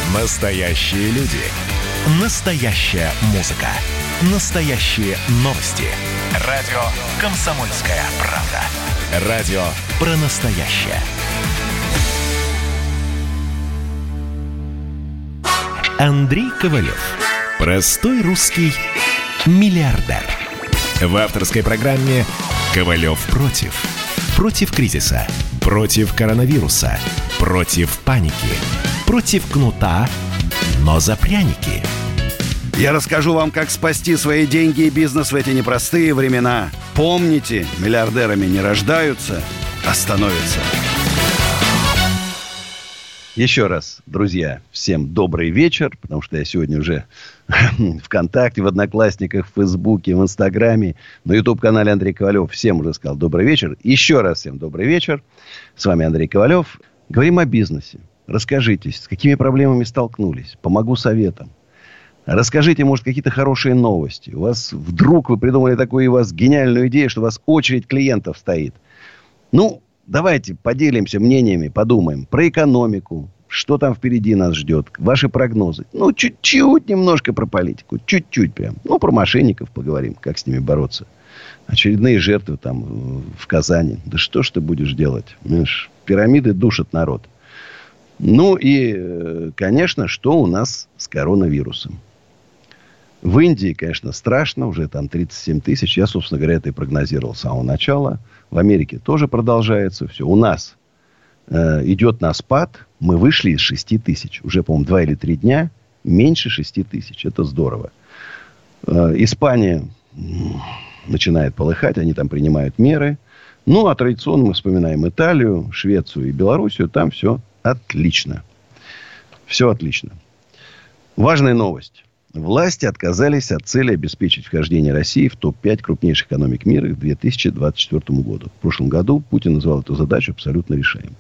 Настоящие люди. Настоящая музыка. Настоящие новости. Радио «Комсомольская правда». Радио про настоящее. Андрей Ковалев. Простой русский миллиардер. В авторской программе «Ковалев против». Против кризиса. Против коронавируса. Против паники. Против кнута, но за пряники. Я расскажу вам, как спасти свои деньги и бизнес в эти непростые времена. Помните, миллиардерами не рождаются, а становятся. Еще раз, друзья, всем добрый вечер, потому что я сегодня уже ВКонтакте, в Одноклассниках, в Фейсбуке, в Инстаграме, на YouTube-канале Андрей Ковалев всем уже сказал добрый вечер. Еще раз всем добрый вечер. С вами Андрей Ковалев. Говорим о бизнесе. Расскажите, с какими проблемами столкнулись. Помогу советом. Расскажите, может, какие-то хорошие новости. У вас вдруг вы придумали такую, у вас гениальную идею, что у вас очередь клиентов стоит. Ну, давайте поделимся мнениями, подумаем про экономику, что там впереди нас ждет, ваши прогнозы. Ну, чуть-чуть немножко про политику, чуть-чуть прям. Ну, про мошенников поговорим, как с ними бороться. Очередные жертвы там в Казани. Да что ж ты будешь делать? Понимаешь, пирамиды душат народ. Ну и, конечно, что у нас с коронавирусом? В Индии, конечно, страшно. Уже там 37 тысяч. Я, собственно говоря, это и прогнозировал с самого начала. В Америке тоже продолжается все. У нас идет на спад. Мы вышли из 6 тысяч. Уже, по-моему, 2 или 3 дня меньше 6 тысяч. Это здорово. Испания начинает полыхать. Они там принимают меры. Ну, а традиционно мы вспоминаем Италию, Швецию и Белоруссию. Там все отлично. Все отлично. Важная новость. Власти отказались от цели обеспечить вхождение России в топ-5 крупнейших экономик мира к 2024 году. В прошлом году Путин назвал эту задачу абсолютно решаемой.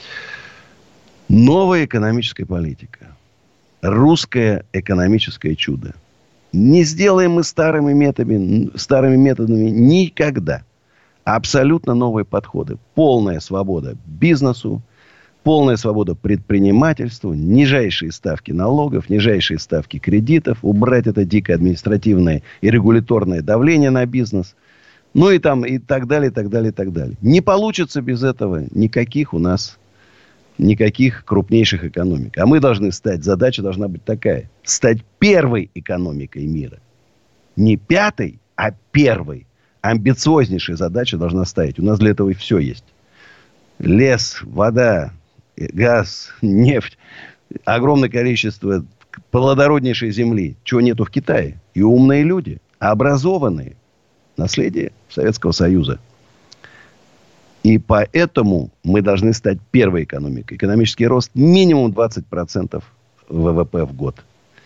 Новая экономическая политика. Русское экономическое чудо. Не сделаем мы старыми методами никогда. Абсолютно новые подходы. Полная свобода бизнесу. Полная свобода предпринимательству, нижайшие ставки налогов, нижайшие ставки кредитов, убрать это дикое административное и регуляторное давление на бизнес. Ну и там, и так далее, и так далее, и так далее. Не получится без этого никаких крупнейших экономик. А мы должны стать, задача должна быть такая, стать первой экономикой мира. Не пятой, а первой. Амбициознейшая задача должна стоять. У нас для этого и все есть. Лес, вода, газ, нефть, огромное количество плодороднейшей земли. Чего нету в Китае? И умные люди, образованные. Наследие Советского Союза. И поэтому мы должны стать первой экономикой. Экономический рост минимум 20% ВВП в год.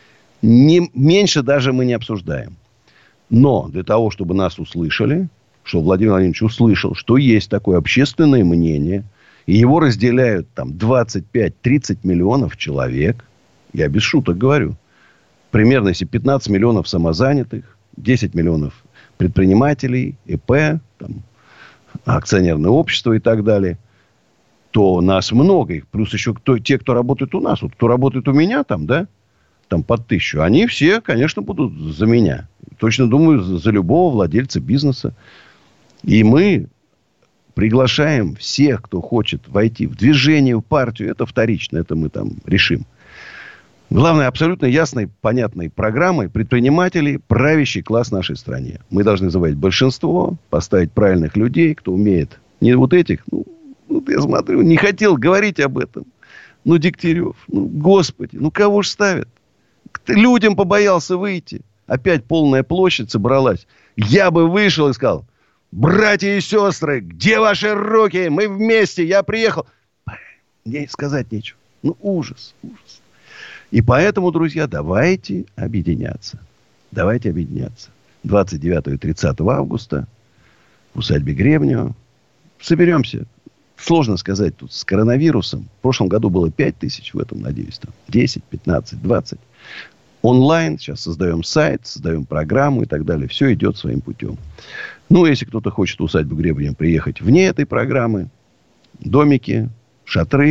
Меньше даже мы не обсуждаем. Но для того, чтобы нас услышали, что Владимир Владимирович услышал, что есть такое общественное мнение, и его разделяют там 25-30 миллионов человек. Я без шуток говорю. Примерно, если 15 миллионов самозанятых, 10 миллионов предпринимателей, ИП, там, акционерное общество и так далее, то нас много. Их плюс еще те, кто работает у нас. Вот, кто работает у меня там, да, там под 1000. Они все, конечно, будут за меня. Точно думаю, за любого владельца бизнеса. И мы приглашаем всех, кто хочет войти в движение, в партию. Это вторично. Это мы там решим. Главное, абсолютно ясной, понятной программой предпринимателей, правящий класс в нашей стране. Мы должны завоевать большинство, поставить правильных людей, кто умеет. Не вот этих, я смотрю, не хотел говорить об этом. Дегтярев, господи, кого ж ставят? Людям побоялся выйти. Опять полная площадь собралась. Я бы вышел и сказал: братья и сестры, где ваши руки? Мы вместе, я приехал. Мне сказать нечего. Ужас, ужас. И поэтому, друзья, давайте объединяться. Давайте объединяться. 29 и 30 августа в усадьбе Гребнева соберемся. Сложно сказать тут с коронавирусом. В прошлом году было 5 тысяч, в этом, надеюсь, там 10, 15, 20. Онлайн. Сейчас создаем сайт, создаем программу и так далее. Все идет своим путем. Если кто-то хочет в усадьбу Гребнева приехать вне этой программы, домики, шатры,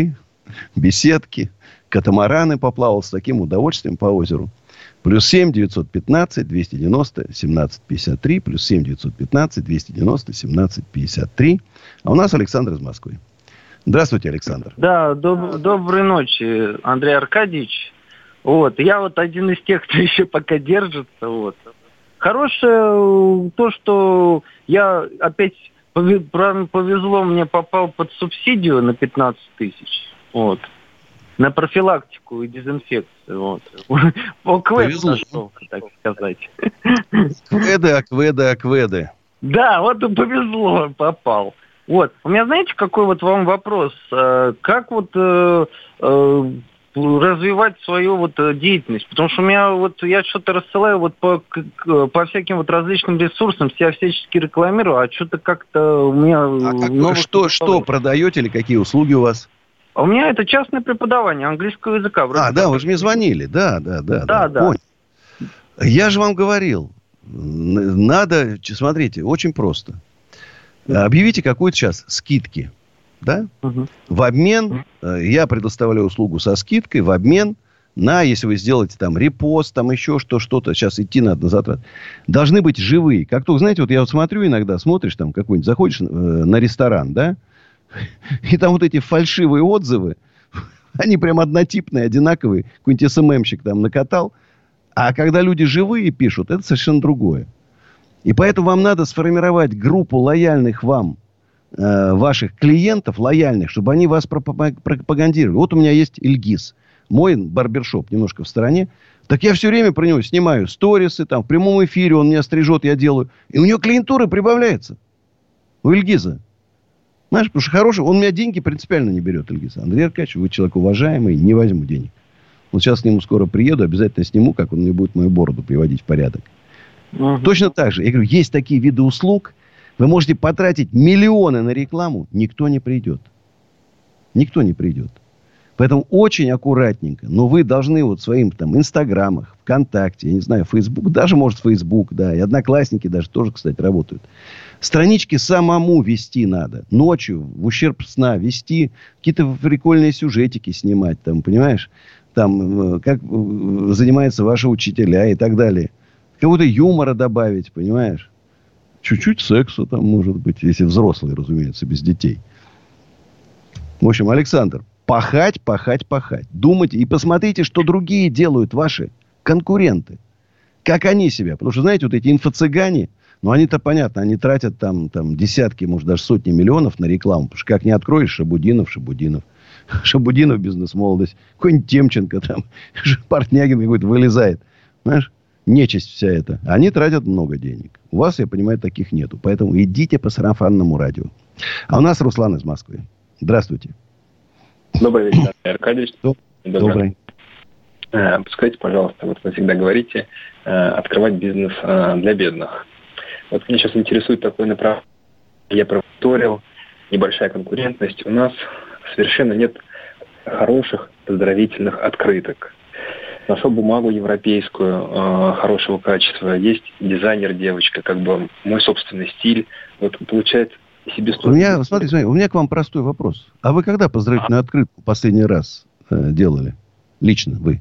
беседки, катамараны поплавал с таким удовольствием по озеру. +7 915 290 17 53. +7 915 290 17 53. А у нас Александр из Москвы. Здравствуйте, Александр. Да, доброй ночи, Андрей Аркадьевич. Вот, я вот один из тех, кто еще пока держится. Вот. Хорошее то, что я опять повезло, мне попал под субсидию на 15 тысяч. Вот. На профилактику и дезинфекцию. Вот. Повезло. Нашел, так сказать. Акведы. Да, вот и повезло, попал. Вот. У меня, знаете, какой вот вам вопрос? Как вот развивать свою вот деятельность? Потому что у меня вот, я что-то рассылаю вот по всяким вот различным ресурсам, себя всячески рекламирую, а что-то как-то у меня... Что продаете или какие услуги у вас? А у меня это частное преподавание английского языка. Да, вы же мне звонили. Да. Понял. Я же вам говорил, надо, смотрите, очень просто. Объявите какую-то сейчас скидки, да? В обмен, я предоставляю услугу со скидкой, в обмен на, если вы сделаете там репост, там еще что-то, сейчас идти надо на затрат, должны быть живые. Как только, знаете, вот я вот смотрю иногда, смотришь там какой-нибудь, заходишь на ресторан, да? И там вот эти фальшивые отзывы, они прям однотипные, одинаковые. Какой-нибудь СММщик там накатал. А когда люди живые пишут, это совершенно другое. И поэтому вам надо сформировать группу лояльных вам, ваших клиентов, лояльных, чтобы они вас пропагандировали. Вот у меня есть Ильгиз, мой барбершоп немножко в стороне. Так я все время про него снимаю сторисы, там в прямом эфире он меня стрижет, я делаю. И у него клиентура прибавляется. У Ильгиза. Знаешь, потому что хороший, он у меня деньги принципиально не берет, Ильгиз. Андрей Аркадьевич, вы человек уважаемый, не возьму денег. Вот сейчас к нему скоро приеду, обязательно сниму, как он мне будет мою бороду приводить в порядок. Точно так же. Я говорю, есть такие виды услуг, вы можете потратить миллионы на рекламу, никто не придет. Никто не придет. Поэтому очень аккуратненько. Но вы должны вот в своим там Инстаграмах, ВКонтакте, я не знаю, Фейсбук, даже, может, Фейсбук, да, и Одноклассники даже тоже, кстати, работают. Странички самому вести надо. Ночью, в ущерб сна вести, какие-то прикольные сюжетики снимать, там, понимаешь? Там, как занимаются ваши учителя и так далее. Кого-то юмора добавить, понимаешь? Чуть-чуть секса там, может быть, если взрослые, разумеется, без детей. В общем, Александр, пахать. Думайте и посмотрите, что другие делают ваши конкуренты. Как они себя. Потому что, знаете, вот эти инфо-цыгане, ну, они-то, понятно, они тратят там десятки, может, даже сотни миллионов на рекламу. Потому что как не откроешь, Шабудинов. Шабудинов, бизнес-молодость. Какой-нибудь Темченко там, Портнягин какой-то вылезает. Знаешь, нечисть вся эта. Они тратят много денег. У вас, я понимаю, таких нету. Поэтому идите по сарафанному радио. А у нас Руслан из Москвы. Здравствуйте. Добрый вечер, Аркадьевич. Добрый. Скажите, пожалуйста, вот вы всегда говорите, открывать бизнес для бедных. Вот меня сейчас интересует такое направление. Я промоторил, небольшая конкурентность. У нас совершенно нет хороших поздравительных открыток. Нашел бумагу европейскую хорошего качества. Есть дизайнер девочка, как бы мой собственный стиль. Вот получается себестоимость. Смотрите, у меня к вам простой вопрос. А вы когда поздравительную открытку последний раз делали? Лично вы?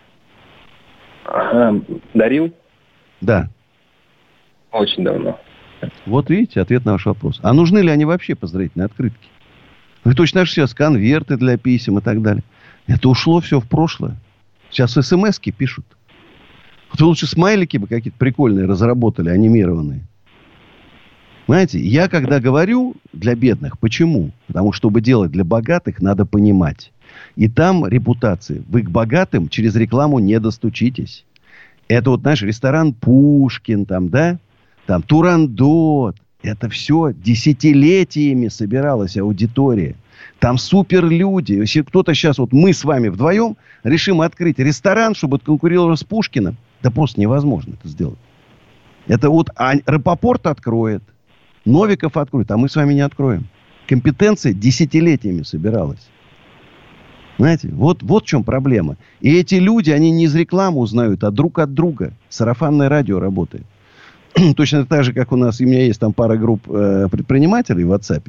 Дарил? Да. Очень давно. Вот видите, ответ на ваш вопрос. А нужны ли они вообще поздравительные открытки? Вы точно так же сейчас конверты для писем и так далее. Это ушло все в прошлое. Сейчас смс-ки пишут. Вот вы лучше смайлики бы какие-то прикольные разработали, анимированные. Знаете, я когда говорю для бедных, почему? Потому что, чтобы делать для богатых, надо понимать. И там репутации. Вы к богатым через рекламу не достучитесь. Это вот наш ресторан Пушкин, там, да? Там Турандот. Это все десятилетиями собиралась аудитория. Там суперлюди. Если кто-то сейчас, вот мы с вами вдвоем решим открыть ресторан, чтобы конкурировать с Пушкиным, да просто невозможно это сделать. Это вот Рапопорт откроет, Новиков откроет, а мы с вами не откроем. Компетенция десятилетиями собиралась. Знаете, вот в чем проблема. И эти люди, они не из рекламы узнают, а друг от друга. Сарафанное радио работает. Точно так же, как у нас, у меня есть там пара групп предпринимателей в WhatsApp.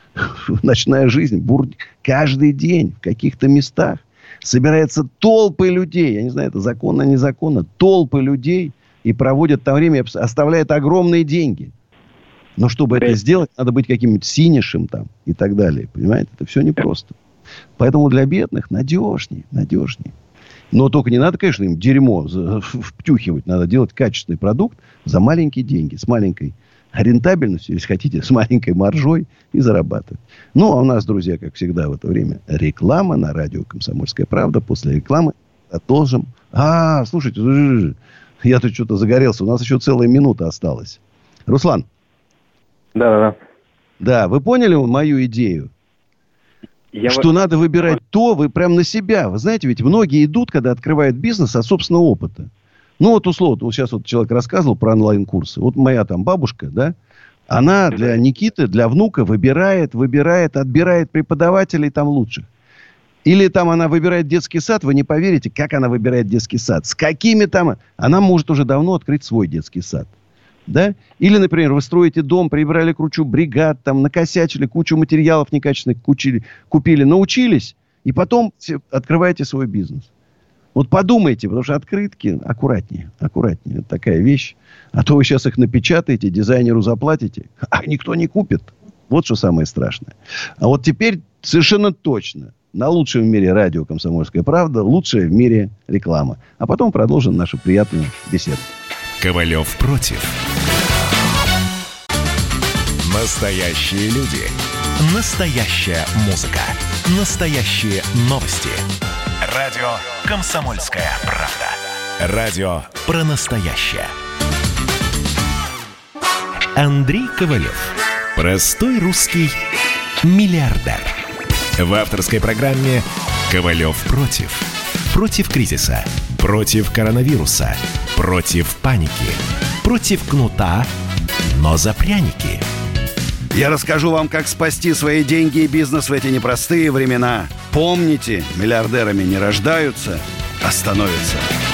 Ночная жизнь каждый день в каких-то местах. Собираются толпы людей. Я не знаю, это законно, незаконно. Толпы людей. И проводят там время, оставляют огромные деньги. Но чтобы это сделать, надо быть каким-нибудь синишем там и так далее. Понимаете? Это все непросто. Поэтому для бедных надежнее. Но только не надо, конечно, им дерьмо втюхивать. Надо делать качественный продукт за маленькие деньги. С маленькой рентабельностью, если хотите, с маленькой маржой и зарабатывать. Ну, а у нас, друзья, как всегда в это время, реклама на радио «Комсомольская правда». После рекламы продолжим. Слушайте, я тут что-то загорелся. У нас еще целая минута осталась. Руслан. Да. Да, вы поняли мою идею? Что надо выбирать вы прям на себя. Вы знаете, ведь многие идут, когда открывают бизнес, от собственного опыта. Ну, вот условно, вот сейчас вот человек рассказывал про онлайн-курсы. Вот моя там бабушка, да, она для Никиты, для внука выбирает, отбирает преподавателей там лучших. Или там она выбирает детский сад, вы не поверите, как она выбирает детский сад. С какими там... Она может уже давно открыть свой детский сад. Да? Или, например, вы строите дом, прибрали кучу бригад, там, накосячили, кучу материалов некачественных купили, научились, и потом открываете свой бизнес. Вот подумайте, потому что открытки аккуратнее. Это такая вещь. А то вы сейчас их напечатаете, дизайнеру заплатите, а никто не купит. Вот что самое страшное. А вот теперь совершенно точно на лучшем в мире радио «Комсомольская правда», лучшая в мире реклама. А потом продолжим нашу приятную беседу. Ковалев против. Настоящие люди. Настоящая музыка. Настоящие новости. Радио «Комсомольская правда». Радио про настоящее. Андрей Ковалев. Простой русский миллиардер. В авторской программе «Ковалев против». Против кризиса. Против коронавируса. Против паники. Против кнута, но за пряники. Я расскажу вам, как спасти свои деньги и бизнес в эти непростые времена. Помните, миллиардерами не рождаются, а становятся.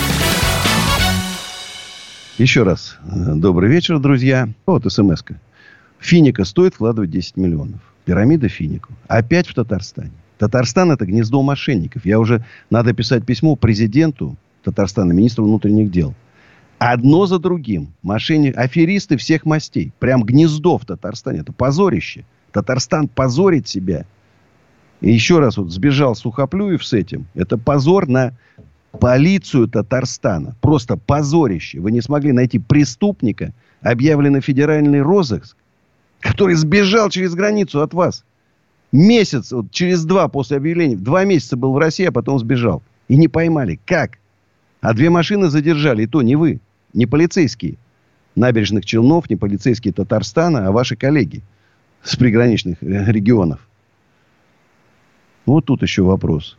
Еще раз добрый вечер, друзья. Вот смс-ка. Финика стоит вкладывать 10 миллионов. Пирамида Финику. Опять в Татарстане. Татарстан — это гнездо мошенников. Надо писать письмо президенту Татарстана, министру внутренних дел. Одно за другим. Мошенники, аферисты всех мастей. Прям гнездо в Татарстане. Это позорище. Татарстан позорит себя. И еще раз сбежал Сухоплюев с этим. Это позор на полицию Татарстана. Просто позорище. Вы не смогли найти преступника, объявленный федеральный розыск, который сбежал через границу от вас. Месяц, через 2 после объявления. 2 месяца был в России, а потом сбежал. И не поймали. Как? А 2 машины задержали. И то не вы. Не полицейские Набережных Челнов, не полицейские Татарстана, а ваши коллеги с приграничных регионов. Вот тут еще вопрос.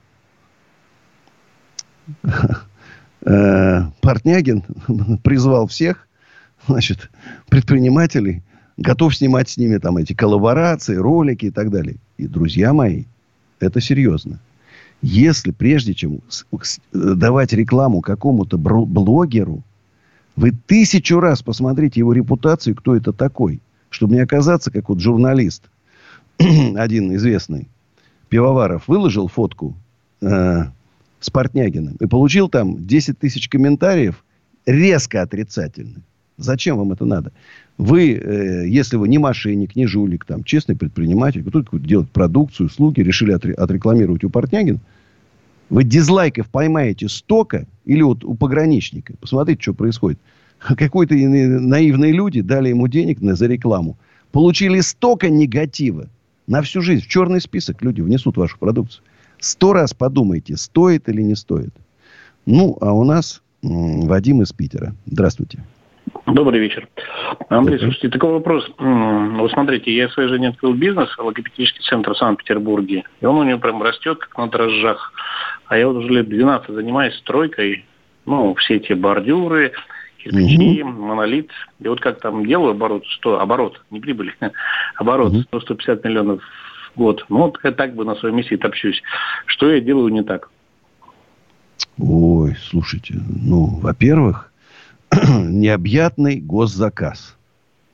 Портнягин призвал всех, предпринимателей, готов снимать с ними там эти коллаборации, ролики и так далее. И, друзья мои, это серьезно. Если прежде чем давать рекламу какому-то блогеру, вы 1000 раз посмотрите его репутацию, кто это такой. Чтобы не оказаться, как журналист, один известный, Пивоваров, выложил фотку с Портнягиным и получил там 10 тысяч комментариев резко отрицательных. Зачем вам это надо? Вы, если вы не мошенник, не жулик, там, честный предприниматель, кто-то делает продукцию, услуги, решили отрекламировать у Портнягина, вы дизлайков поймаете столько, или у пограничника. Посмотрите, что происходит. Какие-то наивные люди дали ему денег за рекламу. Получили столько негатива. На всю жизнь. В черный список люди внесут вашу продукцию. 100 раз подумайте, стоит или не стоит. Ну, а у нас Вадим из Питера. Здравствуйте. Добрый вечер. Андрей, слушайте, такой вопрос. Вот смотрите, я своей жене открыл бизнес, логопедический центр в Санкт-Петербурге. И он у него прям растет, как на дрожжах. А я вот уже лет 12 занимаюсь стройкой. Ну, все эти бордюры, кирпичи, монолит. И вот как там делаю оборот, не прибыль, оборот 100-150 миллионов в год. Ну, вот я так бы на своем месте и топчусь. Что я делаю не так? Ой, слушайте, во-первых, необъятный госзаказ.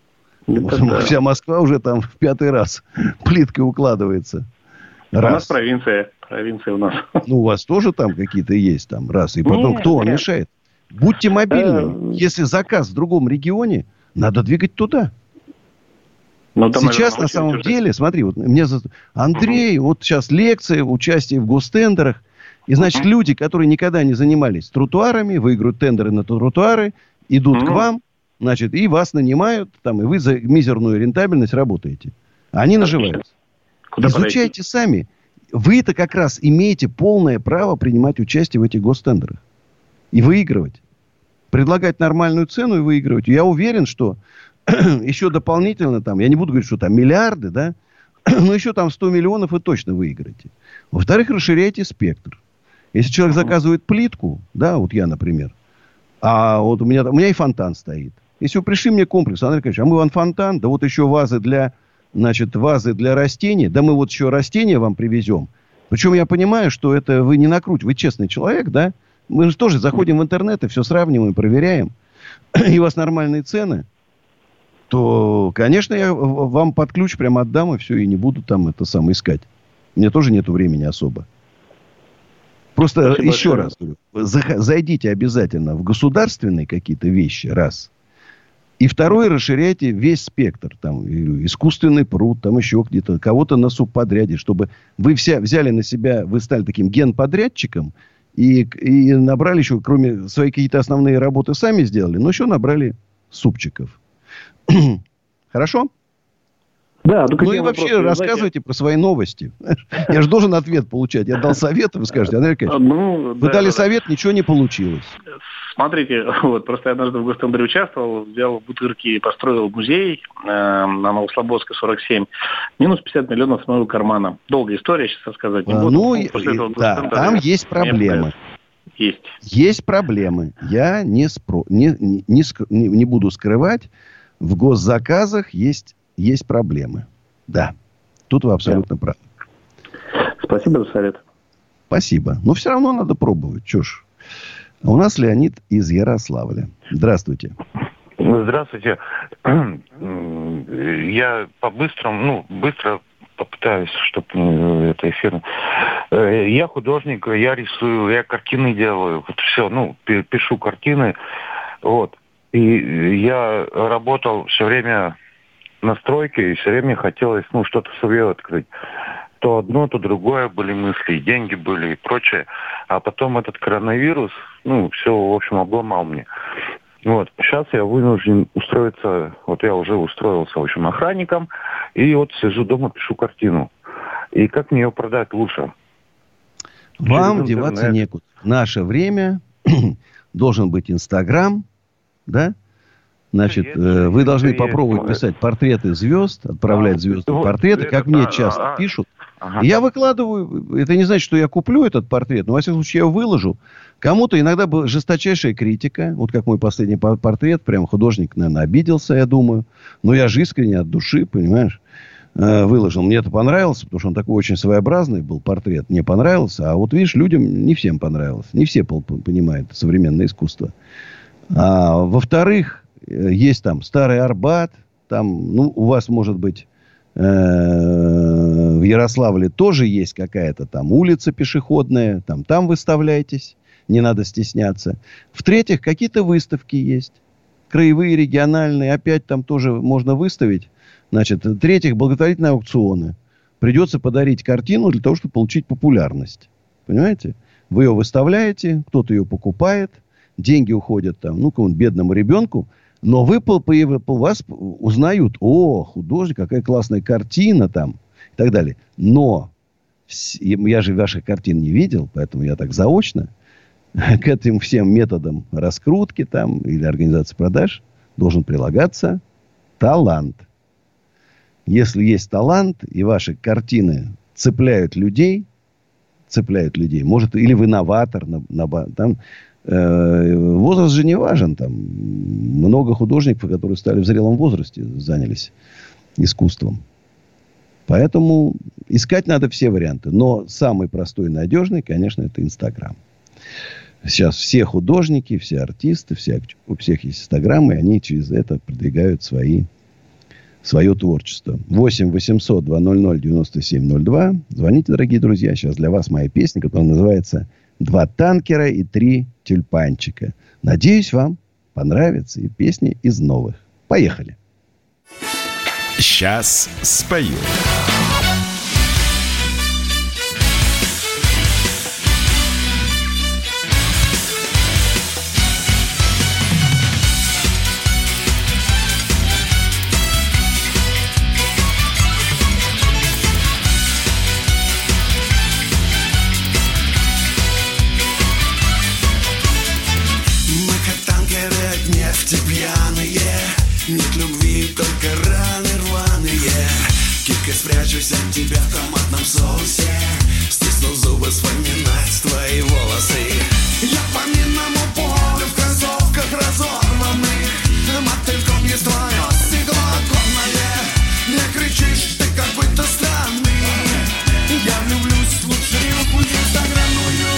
Вся Москва уже там в 5-й раз плиткой укладывается. У нас провинция у нас. Ну, у вас тоже там какие-то есть там раз. И потом, кто вам мешает? Будьте мобильными. Если заказ в другом регионе, надо двигать туда. Там, сейчас, на самом деле, смотри, вот мне Андрей, вот сейчас лекция, участие в гостендерах. И, значит, люди, которые никогда не занимались тротуарами, выиграют тендеры на тротуары, идут к вам, значит, и вас нанимают, там, и вы за мизерную рентабельность работаете. Они наживаются. Изучайте сами. Вы-то как раз имеете полное право принимать участие в этих гостендерах. И выигрывать. Предлагать нормальную цену и выигрывать. Я уверен, что еще дополнительно там, я не буду говорить, что там миллиарды, да, но еще там 100 миллионов вы точно выиграете. Во-вторых, расширяйте спектр. Если человек заказывает плитку, да, вот я, например, а вот у меня и фонтан стоит. Если вы пришли мне комплекс, Андрей Николаевич, а мы вам фонтан, да вот еще вазы для растений, да мы вот еще растения вам привезем. Причем я понимаю, что это вы не накрутите, вы честный человек, да, мы же тоже заходим в интернет и все сравниваем, проверяем, и у вас нормальные цены, то, конечно, я вам под ключ прямо отдам, и все, и не буду там это самое искать. Мне тоже нету времени особо. Просто еще раз говорю, зайдите обязательно в государственные какие-то вещи, раз. И второе, расширяйте весь спектр. Там искусственный пруд, там еще где-то, кого-то на субподряде, чтобы вы взяли на себя, вы стали таким генподрядчиком, и набрали еще, кроме своей какие-то основные работы сами сделали, но еще набрали супчиков. Хорошо? Да, ну и вообще рассказывайте про свои новости. Я же должен ответ получать. Я дал совет, вы скажете, Андрей Николаевич, вы дали совет, ничего не получилось. Смотрите, вот просто я однажды в гостендере участвовал, взял в Бутырке, построил музей на Новослободской, 47. Минус 50 миллионов с моего кармана. Долгая история, сейчас рассказать не буду. Там есть проблемы. Есть проблемы. Я не буду скрывать. В госзаказах есть проблемы. Да. Тут вы абсолютно правы. Спасибо за совет. Спасибо. Но все равно надо пробовать. Чё ж. У нас Леонид из Ярославля. Здравствуйте. Здравствуйте. Я быстро попытаюсь, чтобы это эфирно. Я художник, я рисую, я картины делаю. Вот все, пишу картины. Вот. И я работал все время на стройке, и все время хотелось, что-то свое открыть. То одно, то другое были мысли, и деньги были, и прочее. А потом этот коронавирус, все, в общем, обломал мне. Вот. Сейчас я вынужден устроиться, я уже устроился, в общем, охранником, и сижу дома, пишу картину. И как мне ее продать лучше? Вам деваться некуда. В наше время должен быть Инстаграм, да? Значит, вы должны попробовать писать портреты звезд, отправлять звездные портреты, как мне часто пишут. И я выкладываю, это не значит, что я куплю этот портрет, но, во всяком случае, я его выложу. Кому-то иногда была жесточайшая критика, вот как мой последний портрет, прям художник, наверное, обиделся, я думаю. Но я же искренне от души, понимаешь, выложил. Мне это понравилось, потому что он такой очень своеобразный был портрет, мне понравился. А вот, видишь, людям не всем понравилось. Не все понимают современное искусство. А во-вторых, есть там Старый Арбат, там, у вас, может быть, в Ярославле тоже есть какая-то там улица пешеходная, там выставляйтесь, не надо стесняться. В-третьих, какие-то выставки есть, краевые, региональные, опять там тоже можно выставить. Значит, в-третьих, благотворительные аукционы. Придется подарить картину для того, чтобы получить популярность. Понимаете? Вы ее выставляете, кто-то ее покупает, деньги уходят там, какому-нибудь бедному ребенку, но по вас узнают, художник, какая классная картина там, и так далее. Но я же ваших картин не видел, поэтому я так заочно к этим всем методам раскрутки там или организации продаж должен прилагаться талант. Если есть талант, и ваши картины цепляют людей, может, или вы новатор, там, возраст же не важен. Там много художников, которые стали в зрелом возрасте, занялись искусством. Поэтому искать надо все варианты. Но самый простой и надежный, конечно, это Инстаграм. Сейчас все художники, все артисты, у всех есть Инстаграм, и они через это продвигают свои свое творчество. 8 800 200 9702. Звоните, дорогие друзья. Сейчас для вас моя песня, которая называется «Два танкера и три тюльпанчика». Надеюсь, вам понравится и песни из новых. Поехали. Сейчас спою. Нет любви, только раны рваные. Киркой спрячусь от тебя в томатном соусе. Стисну зубы, вспоминать твои волосы. Я по минному полю в кроссовках разорванных. Мотыльком есть твое стекло оконное. Не кричишь, ты какой-то странный. Я влюблюсь в лучшую инстаграмную.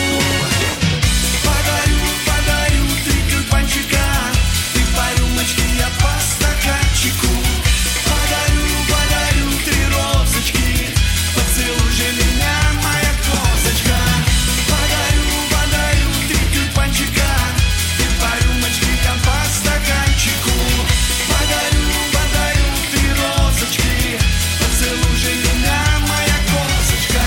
Подарю 3 тюльпанчика. Ты по рюмочке, я по стаканчику. Подарю 3 розочки. Поцелуй же меня, моя козочка. Подарю 3 тюльпанчика. Ты по рюмочке, я по стаканчику. Подарю 3 розочки. Поцелуй же меня, моя козочка.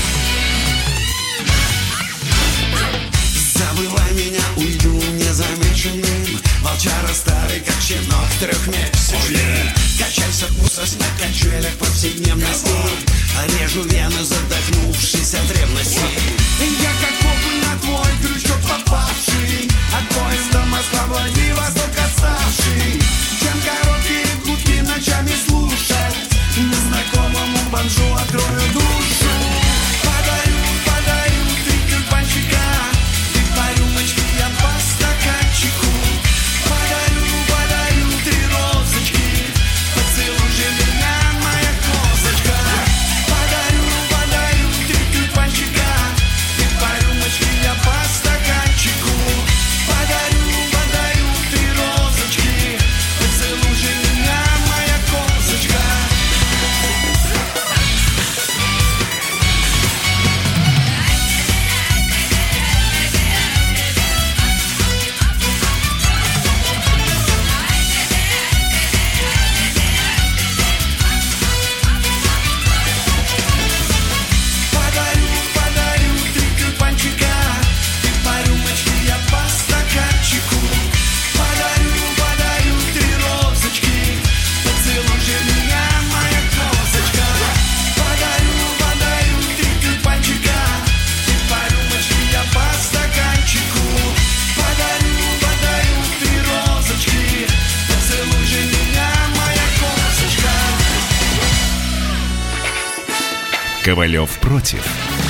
Забывай меня, уйду незамеченным. Волчара старый, как щенок 3-месячный. Качайся в сосне, качелях повседневности. Режу вены, задохнувшись от ревности. Я как окунь на твой крючок попавший. От поезда Москва-Владивосток отставший. Чем короткие гудки ночами слушать. Незнакомому бомжу открою душу. Подарю 3 тюльпанчика. Ты по рюмочке, я по стаканчику. Подарю 3 розочки. Поцелуй же меня, моя козочка. Подарю 3 тюльпанчика. Ты по рюмочке, я по стаканчику. Подарю 3 розочки. Поцелуй же меня, моя козочка. Подарю 3 тюльпанчика. Ты по рюмочке, я по стаканчику. Подарю 3 розочки. Поцелуй же меня, моя козочка. Подарю 3 тюльпанчика. Ты по рюмочке, я по стаканчику. Подарю 3 розочки. Поцелуй же меня, моя козочка. Ковалев против.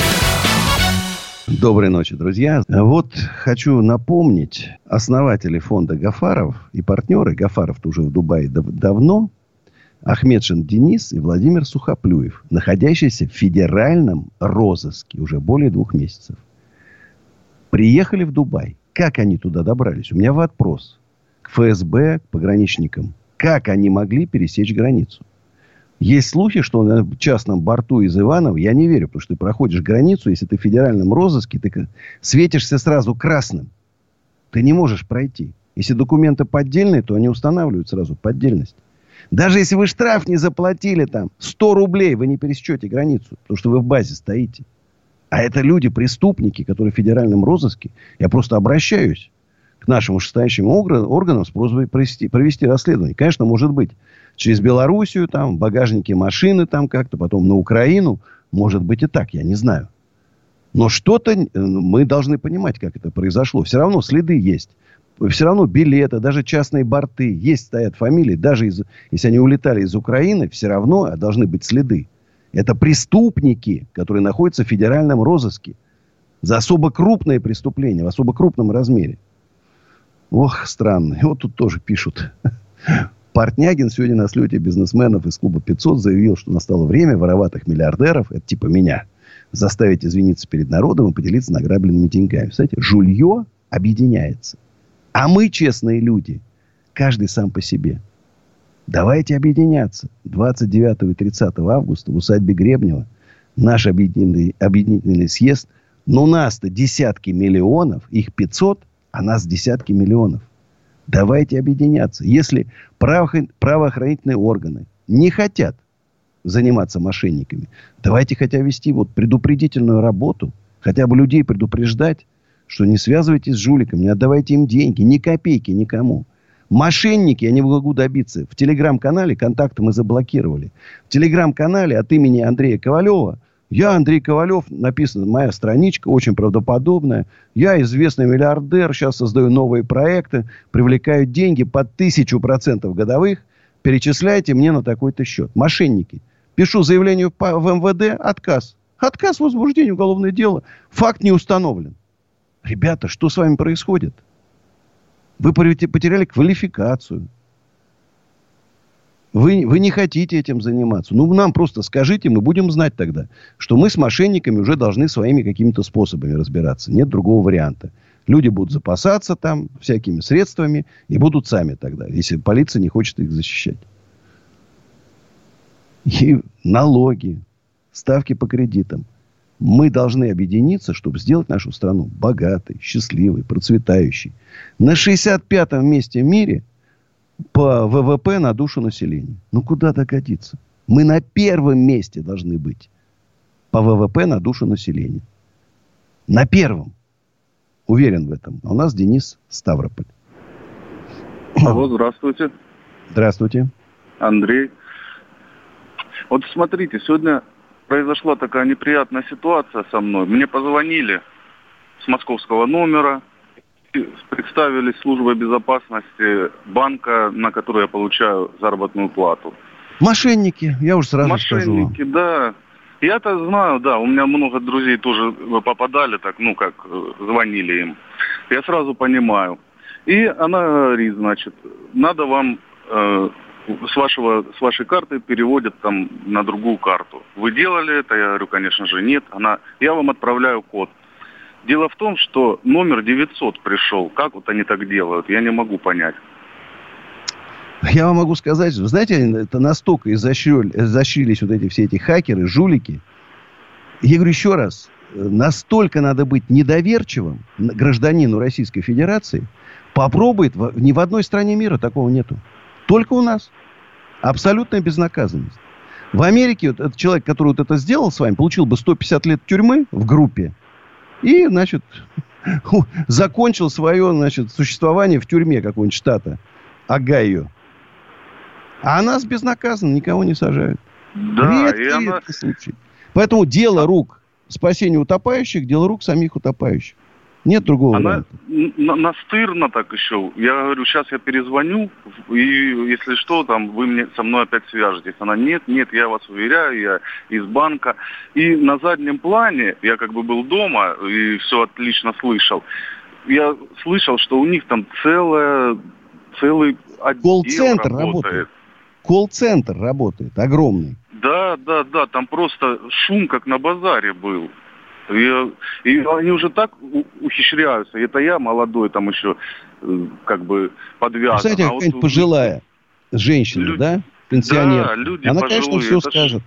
Доброй ночи, друзья. Вот хочу напомнить, основатели фонда Гафаров и партнеры, Гафаров-то уже в Дубае давно, Ахмедшин Денис и Владимир Сухоплюев, находящиеся в федеральном розыске уже более 2 месяцев. Приехали в Дубай. Как они туда добрались? У меня вопрос к ФСБ, к пограничникам. Как они могли пересечь границу? Есть слухи, что на частном борту из Иванова, я не верю, потому что ты проходишь границу, если ты в федеральном розыске, ты светишься сразу красным. Ты не можешь пройти. Если документы поддельные, то они устанавливают сразу поддельность. Даже если вы штраф не заплатили там 100 рублей, вы не пересечете границу, потому что вы в базе стоите. А это люди, преступники, которые в федеральном розыске. Я просто обращаюсь к нашим вышестоящим органам с просьбой провести расследование. Конечно, может быть, через Белоруссию, там, в багажнике машины, там как-то, потом на Украину. Может быть и так, я не знаю. Но что-то мы должны понимать, как это произошло. Все равно следы есть. Все равно билеты, даже частные борты. Есть, стоят фамилии. Даже если они улетали из Украины, все равно должны быть следы. Это преступники, которые находятся в федеральном розыске. За особо крупные преступления, в особо крупном размере. Ох, странно. И вот тут тоже пишут. Портнягин сегодня на слете бизнесменов из клуба 500 заявил, что настало время вороватых миллиардеров, это типа меня, заставить извиниться перед народом и поделиться награбленными деньгами. Кстати, жулье объединяется. А мы, честные люди, каждый сам по себе. Давайте объединяться. 29 и 30 августа в усадьбе Гребнева наш объединительный съезд. Но нас-то десятки миллионов, их 500, а нас десятки миллионов. Давайте объединяться. Если правоохранительные органы не хотят заниматься мошенниками, давайте хотя бы вести вот предупредительную работу, хотя бы людей предупреждать, что не связывайтесь с жуликом, не отдавайте им деньги, ни копейки никому. Мошенники, я не могу добиться. В телеграм-канале контакты мы заблокировали. В телеграм-канале от имени Андрея Ковалева, я Андрей Ковалев, написана моя страничка, очень правдоподобная. Я известный миллиардер, сейчас создаю новые проекты, привлекаю деньги под 1000% годовых, перечисляйте мне на такой-то счет. Мошенники. Пишу заявление в МВД, отказ. Отказ в возбуждении уголовного дела. Факт не установлен. Ребята, что с вами происходит? Вы потеряли квалификацию. Вы не хотите этим заниматься. Ну, нам просто скажите, мы будем знать тогда, что мы с мошенниками уже должны своими какими-то способами разбираться. Нет другого варианта. Люди будут запасаться там всякими средствами и будут сами тогда, если полиция не хочет их защищать. И налоги, ставки по кредитам. Мы должны объединиться, чтобы сделать нашу страну богатой, счастливой, процветающей. На 65-м месте в мире по ВВП на душу населения. Ну, куда докатиться? Мы на первом месте должны быть по ВВП на душу населения. На первом. Уверен в этом. А у нас Денис, Ставрополь. Алло, здравствуйте. Здравствуйте. Андрей. Вот смотрите, сегодня произошла такая неприятная ситуация со мной. Мне позвонили с московского номера, представились службой безопасности банка, на который я получаю заработную плату. Мошенники, я уже сразу скажу. Мошенники, да. Я-то знаю, да, у меня много друзей тоже попадали, так, ну, как звонили им. Я сразу понимаю. И она говорит, значит, надо вам с вашей карты переводят там на другую карту. Вы делали это? Я говорю, конечно же, нет. Я вам отправляю код. Дело в том, что номер 900 пришел. Как вот они так делают? Я не могу понять. Я вам могу сказать, вы знаете, это настолько изощрились вот эти все эти хакеры, жулики. Я говорю еще раз, настолько надо быть недоверчивым гражданину Российской Федерации. Попробует, ни в одной стране мира такого нету. Только у нас. Абсолютная безнаказанность. В Америке вот этот человек, который вот это сделал с вами, получил бы 150 лет тюрьмы в группе. И, значит, закончил свое, значит, существование в тюрьме какого-нибудь штата. Огайо. А нас безнаказанно никого не сажают. Да, редкий случай. Поэтому дело рук спасения утопающих, дело рук самих утопающих. Нет другого варианта. Настырно так еще. Я говорю, сейчас я перезвоню, и если что, там вы со мной опять свяжетесь. Она, нет, я вас уверяю, я из банка. И на заднем плане, я как бы был дома и все отлично слышал. Я слышал, что у них там целый отдел колл-центр работает. Колл-центр работает, огромный. Да, там просто шум, как на базаре был. И они уже так ухищряются. Это я молодой, там еще как бы подвязан. Кстати, какая-нибудь пожилая женщина, да? Пенсионер. Да, люди она, пожилые, конечно, все скажет.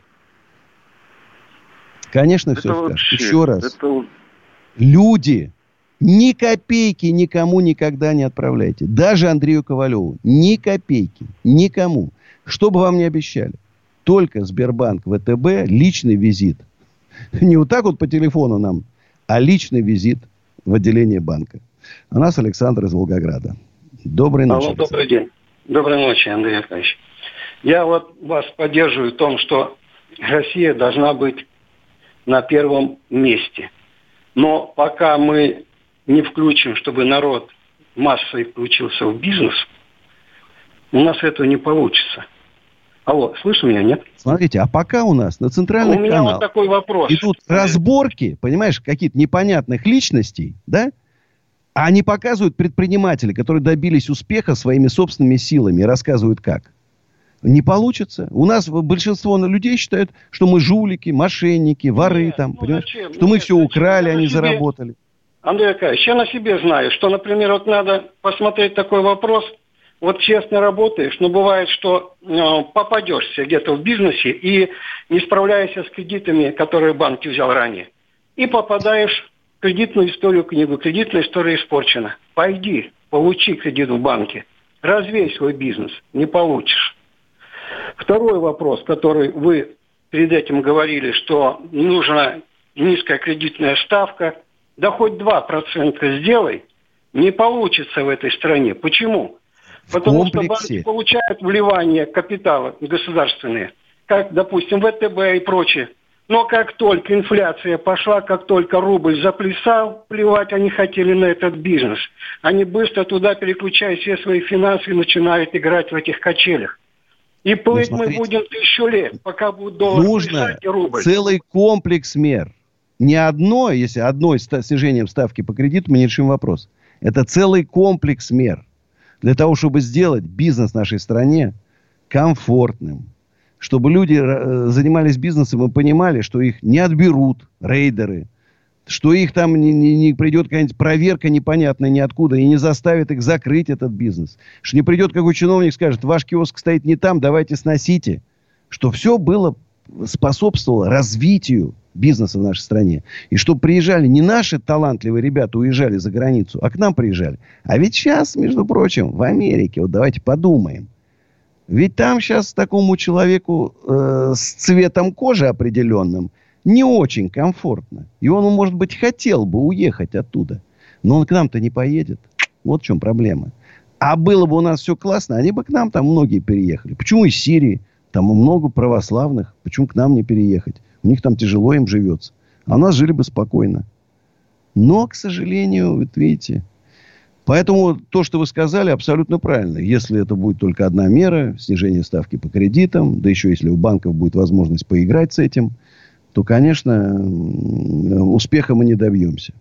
Конечно, все скажет. Вообще, еще раз. Люди, ни копейки никому никогда не отправляйте. Даже Андрею Ковалеву. Ни копейки. Никому. Что бы вам ни обещали. Только Сбербанк, ВТБ, личный визит. Не вот так вот по телефону нам, а личный визит в отделение банка. У нас Александр из Волгограда. Доброй ночи. Алло, добрый день. Доброй ночи, Андрей Аркадьевич. Я вот вас поддерживаю в том, что Россия должна быть на первом месте. Но пока мы не включим, чтобы народ массой включился в бизнес, у нас этого не получится. Алло, слышно меня, нет? Смотрите, а пока у нас на центральный канал... У меня вот такой вопрос. Идут разборки, понимаешь, каких-то непонятных личностей, да? А они показывают предпринимателей, которые добились успеха своими собственными силами, и рассказывают как. Не получится. У нас большинство людей считают, что мы жулики, мошенники, воры там, понимаешь? Зачем? Что мы все украли, они заработали. Андрей Аркадьевич, я на себе знаю, что, например, вот надо посмотреть такой вопрос. вот честно работаешь, но бывает, что попадешься где-то в бизнесе и не справляешься с кредитами, которые банки взял ранее. И попадаешь в кредитную историю книгу. Кредитная история испорчена. Пойди, получи кредит в банке. Развей свой бизнес. Не получишь. Второй вопрос, который вы перед этим говорили, что нужна низкая кредитная ставка. Да хоть 2% сделай, не получится в этой стране. Почему? Потому что банки получают вливание капитала государственные, как, допустим, ВТБ и прочее. Но как только инфляция пошла, как только рубль заплясал, плевать они хотели на этот бизнес. Они быстро туда переключают все свои финансы и начинают играть в этих качелях. И плыть мы будем 1000 лет, пока будет доллар плясать и рубль. Целый комплекс мер. Не одно, если одной снижением ставки по кредиту мы не решим вопрос. Это целый комплекс мер. Для того, чтобы сделать бизнес в нашей стране комфортным. Чтобы люди занимались бизнесом и понимали, что их не отберут рейдеры. Что их там не придет какая-нибудь проверка непонятная ниоткуда и не заставит их закрыть этот бизнес. Что не придет какой чиновник и скажет, ваш киоск стоит не там, давайте сносите. Что все было, способствовало развитию бизнеса в нашей стране. И чтобы приезжали не наши талантливые ребята, уезжали за границу, а к нам приезжали. А ведь сейчас, между прочим, в Америке, вот давайте подумаем. Ведь там сейчас такому человеку с цветом кожи определенным не очень комфортно. И он, может быть, хотел бы уехать оттуда. Но он к нам-то не поедет. Вот в чем проблема. А было бы у нас все классно, они бы к нам там многие переехали. Почему из Сирии? Там много православных. Почему к нам не переехать? У них там тяжело им живется. А у нас жили бы спокойно. Но, к сожалению, вот видите. Поэтому то, что вы сказали, абсолютно правильно. Если это будет только одна мера, снижение ставки по кредитам, да еще если у банков будет возможность поиграть с этим, то, конечно, успеха мы не добьемся.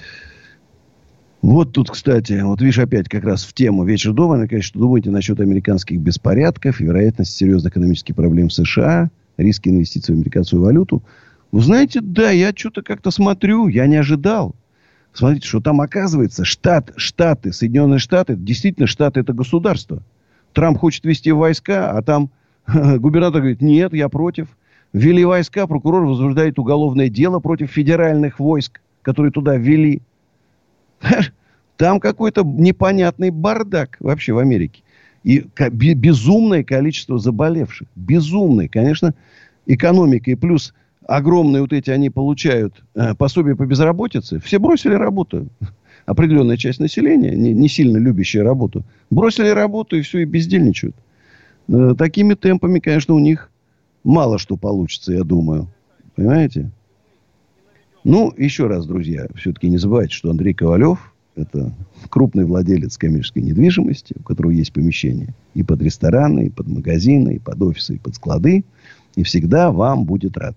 Вот тут, кстати, вот видишь, опять как раз в тему «Вечер дома», конечно, что думаете насчет американских беспорядков, вероятности серьезных экономических проблем в США, риски инвестиций в американскую валюту. Вы знаете, да, я что-то как-то смотрю, я не ожидал. Смотрите, что там оказывается Штаты, Соединенные Штаты, действительно Штаты это государство. Трамп хочет ввести войска, а там губернатор говорит, нет, я против. Ввели войска, прокурор возбуждает уголовное дело против федеральных войск, которые туда ввели. Там какой-то непонятный бардак вообще в Америке. И безумное количество заболевших. Безумное. Конечно, экономика и плюс огромные вот эти они получают пособия по безработице. Все бросили работу. Определенная часть населения, не сильно любящая работу, бросили работу и все, и бездельничают. Такими темпами, конечно, у них мало что получится, я думаю. Понимаете? Ну, еще раз, друзья, все-таки не забывайте, что Андрей Ковалев – это крупный владелец коммерческой недвижимости, у которого есть помещения и под рестораны, и под магазины, и под офисы, и под склады. И всегда вам будет рад.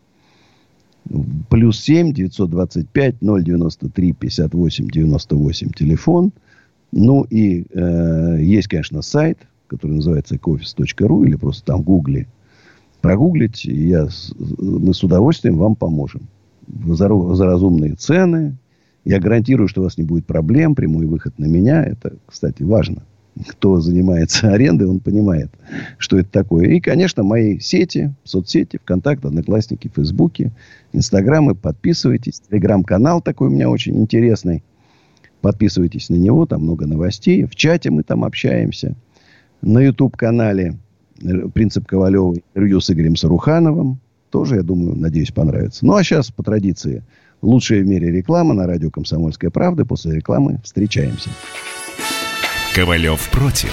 +7 925 093 58 98 телефон. Ну и есть, конечно, сайт, который называется ecooffice.ru, или просто там в гугле прогуглить. Мы с удовольствием вам поможем. За разумные цены. Я гарантирую, что у вас не будет проблем. Прямой выход на меня. Это, кстати, важно. Кто занимается арендой, он понимает, что это такое. И, конечно, мои сети, соцсети, ВКонтакте, Одноклассники, Фейсбуке, Инстаграмы. Подписывайтесь. Телеграм-канал такой у меня очень интересный. Подписывайтесь на него. Там много новостей. В чате мы там общаемся. На YouTube-канале «Принцип Ковалева» интервью с Игорем Сарухановым. Тоже, я думаю, надеюсь, понравится. Ну, а сейчас, по традиции, лучшая в мире реклама на радио «Комсомольская правда». После рекламы встречаемся. Ковалев против.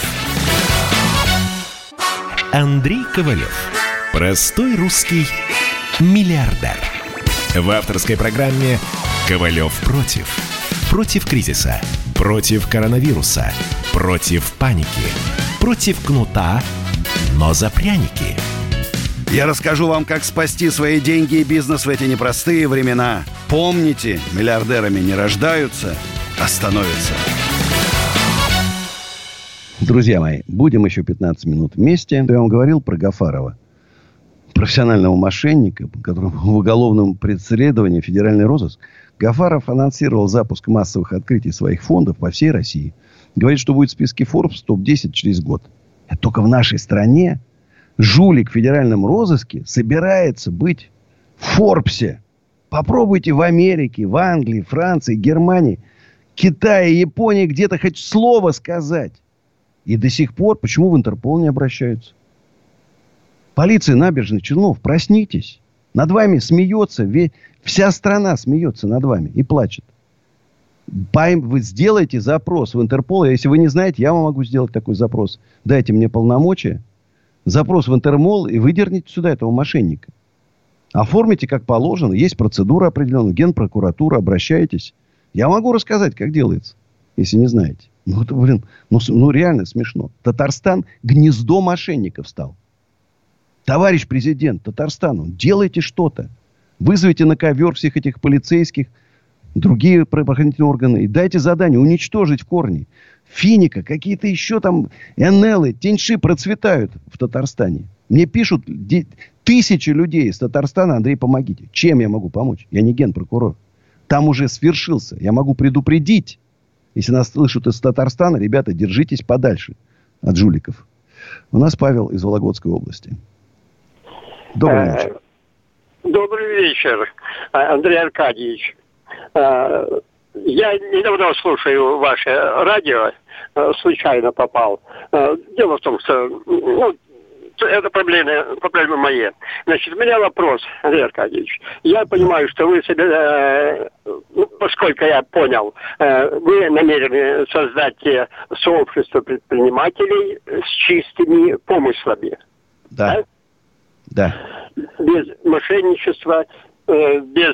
Андрей Ковалев. Простой русский миллиардер. В авторской программе «Ковалев против». Против кризиса. Против коронавируса. Против паники. Против кнута, но за пряники. Я расскажу вам, как спасти свои деньги и бизнес в эти непростые времена. Помните, миллиардерами не рождаются, а становятся. Друзья мои, будем еще 15 минут вместе. Я вам говорил про Гафарова, профессионального мошенника, которому в уголовном преследовании федеральный розыск. Гафаров анонсировал запуск массовых открытий своих фондов по всей России. Говорит, что будет в списке Forbes топ-10 через год. Это только в нашей стране жулик в федеральном розыске собирается быть в Форбсе. Попробуйте в Америке, в Англии, Франции, Германии, Китае, Японии где-то хоть слово сказать. И до сих пор почему в Интерпол не обращаются? Полиция набережных Челнов, проснитесь. Над вами смеется, вся страна смеется над вами и плачет. Вы сделайте запрос в Интерпол. Если вы не знаете, я вам могу сделать такой запрос. Дайте мне полномочия. Запрос в Интерпол и выдерните сюда этого мошенника. Оформите как положено. Есть процедура определенная. Генпрокуратура. Обращайтесь. Я могу рассказать, как делается, если не знаете. Ну, это, реально смешно. Татарстан гнездо мошенников стал. Товарищ президент Татарстана, делайте что-то. Вызовите на ковер всех этих полицейских, другие правоохранительные органы. И дайте задание уничтожить в корне. Финика, какие-то еще там НЛы, Теньши процветают в Татарстане. Мне пишут тысячи людей из Татарстана: Андрей, помогите. Чем я могу помочь? Я не генпрокурор. Там уже свершился. Я могу предупредить. Если нас слышат из Татарстана, ребята, держитесь подальше от жуликов. У нас Павел из Вологодской области. Добрый вечер. Добрый вечер, Андрей Аркадьевич. Я недавно слушаю ваше радио, случайно попал. Дело в том, что это проблемы мои. Значит, у меня вопрос, Андрей Аркадьевич. Я понимаю, что вы себе, поскольку я понял, вы намерены создать сообщество предпринимателей с чистыми помыслами. Да. Да. Без мошенничества, без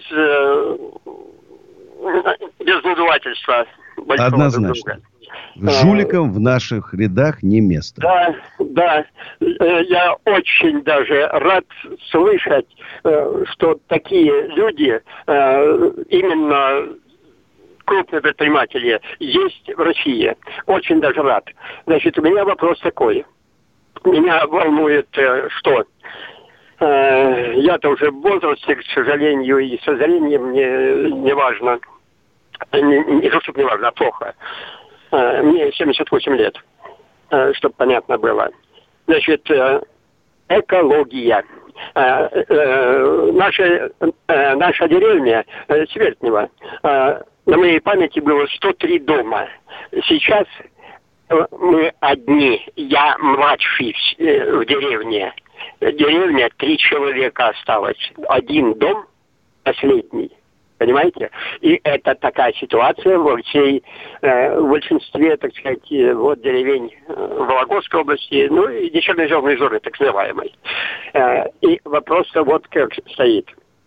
надувательства большого. Однозначно. Жуликам в наших рядах не место. Да. Я очень даже рад слышать, что такие люди, именно крупные предприниматели, есть в России. Очень даже рад. Значит, у меня вопрос такой. Меня волнует, что я-то уже в возрасте, к сожалению, и со зрением не важно. Не то, чтобы не важно, а плохо. Мне 78 лет, чтобы понятно было. Значит, экология. Наша деревня Свертнево, на моей памяти было 103 дома. Сейчас мы одни. Я младший в деревне. Деревня 3 человека осталось. Один дом, последний. Понимаете? И это такая ситуация во всей, в большинстве, так сказать, вот деревень Вологодской области, ну и десертно-зеленой зоны, так называемой. И вопрос-то вот как стоит.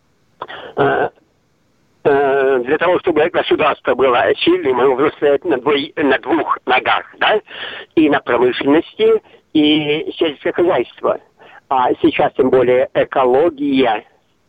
Для того, чтобы государство было сильным, оно должно стоять на 2 ногах, да? И на промышленности, и сельское хозяйство. А сейчас, тем более, экология.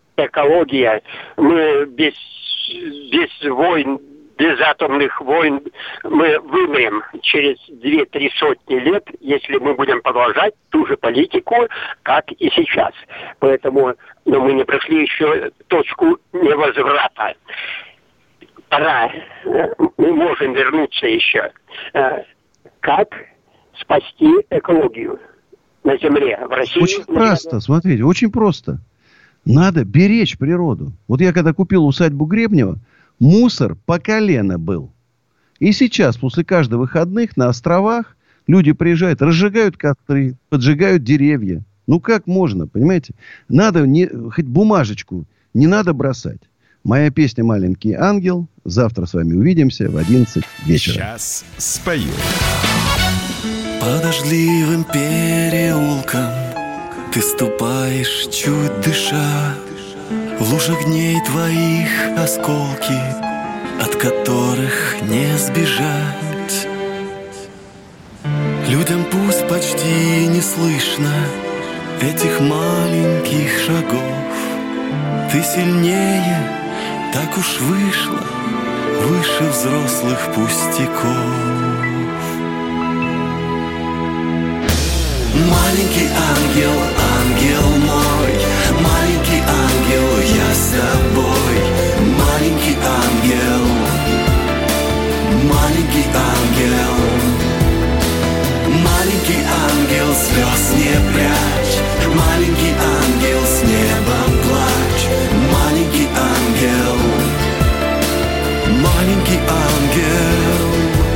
Мы без войн, без атомных войн, мы вымрем через 2-3 сотни лет, если мы будем продолжать ту же политику, как и сейчас. Поэтому мы не прошли еще точку невозврата. Пора. Мы можем вернуться еще. Как спасти экологию на Земле, в России? Очень просто, смотрите, очень просто. Надо беречь природу. Вот я когда купил усадьбу Гребнева, мусор по колено был. И сейчас, после каждых выходных, на островах люди приезжают, разжигают костры, поджигают деревья. Ну, как можно, понимаете? Надо, хоть бумажечку, не надо бросать. Моя песня «Маленький ангел». Завтра с вами увидимся в 11 вечера. Сейчас спою. По дождливым переулкам ты ступаешь, чуть дыша, в лужах дней твоих осколки, от которых не сбежать. Людям пусть почти не слышно этих маленьких шагов. Ты сильнее, так уж вышло, выше взрослых пустяков. Маленький ангел, ангел мой, маленький ангел, я с тобой. Маленький ангел, маленький ангел. слез не прячь, маленький ангел с небом плачь, маленький ангел, маленький ангел.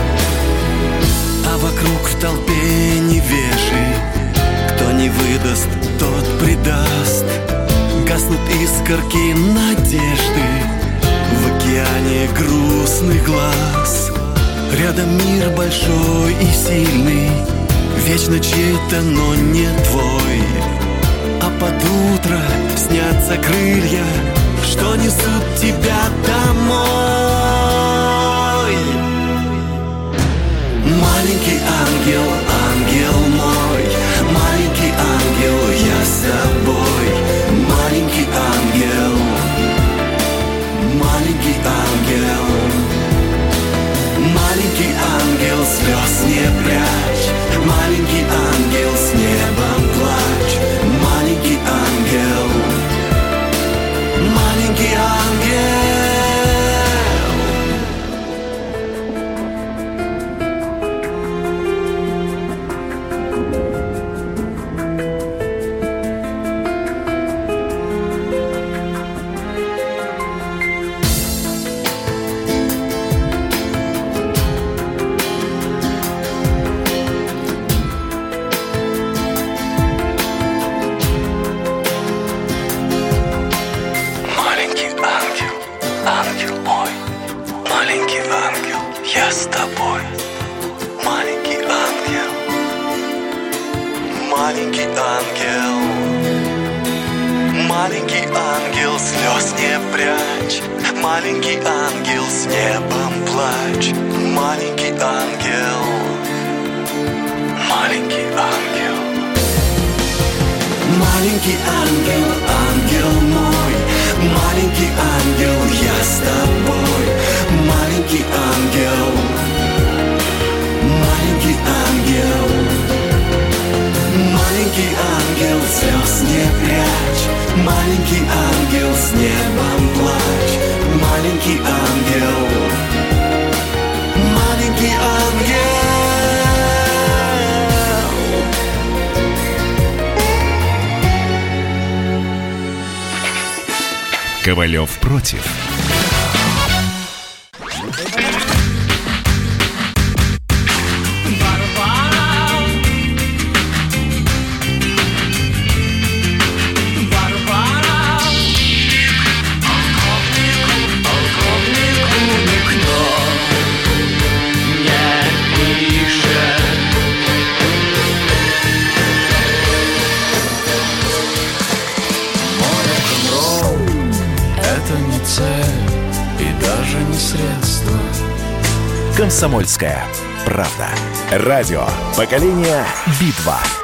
А вокруг в толпе невежи, кто не выдаст, тот предаст. Гаснут искорки надежды в океане грустных глаз. Рядом мир большой и сильный, вечно чей-то, но не твой. А под утро снятся крылья, что несут тебя домой. Маленький ангел, ангел мой, маленький ангел, я с тобой. Маленький ангел, маленький ангел, маленький ангел, слез не прячь, маленький ангел, с небом плачь, маленький ангел, маленький ангел. С тобой, маленький ангел, маленький ангел, маленький ангел, слез не прячь, маленький ангел, с небом плачь, маленький ангел, маленький ангел, маленький ангел, ангел мой, маленький ангел, я с тобой, маленький ангел, маленький ангел, маленький ангел, слез не прячь, маленький ангел, с небом плачь, маленький ангел, маленький ангел. Ковалев против. «Комсомольская правда». Радио «Поколение Битва».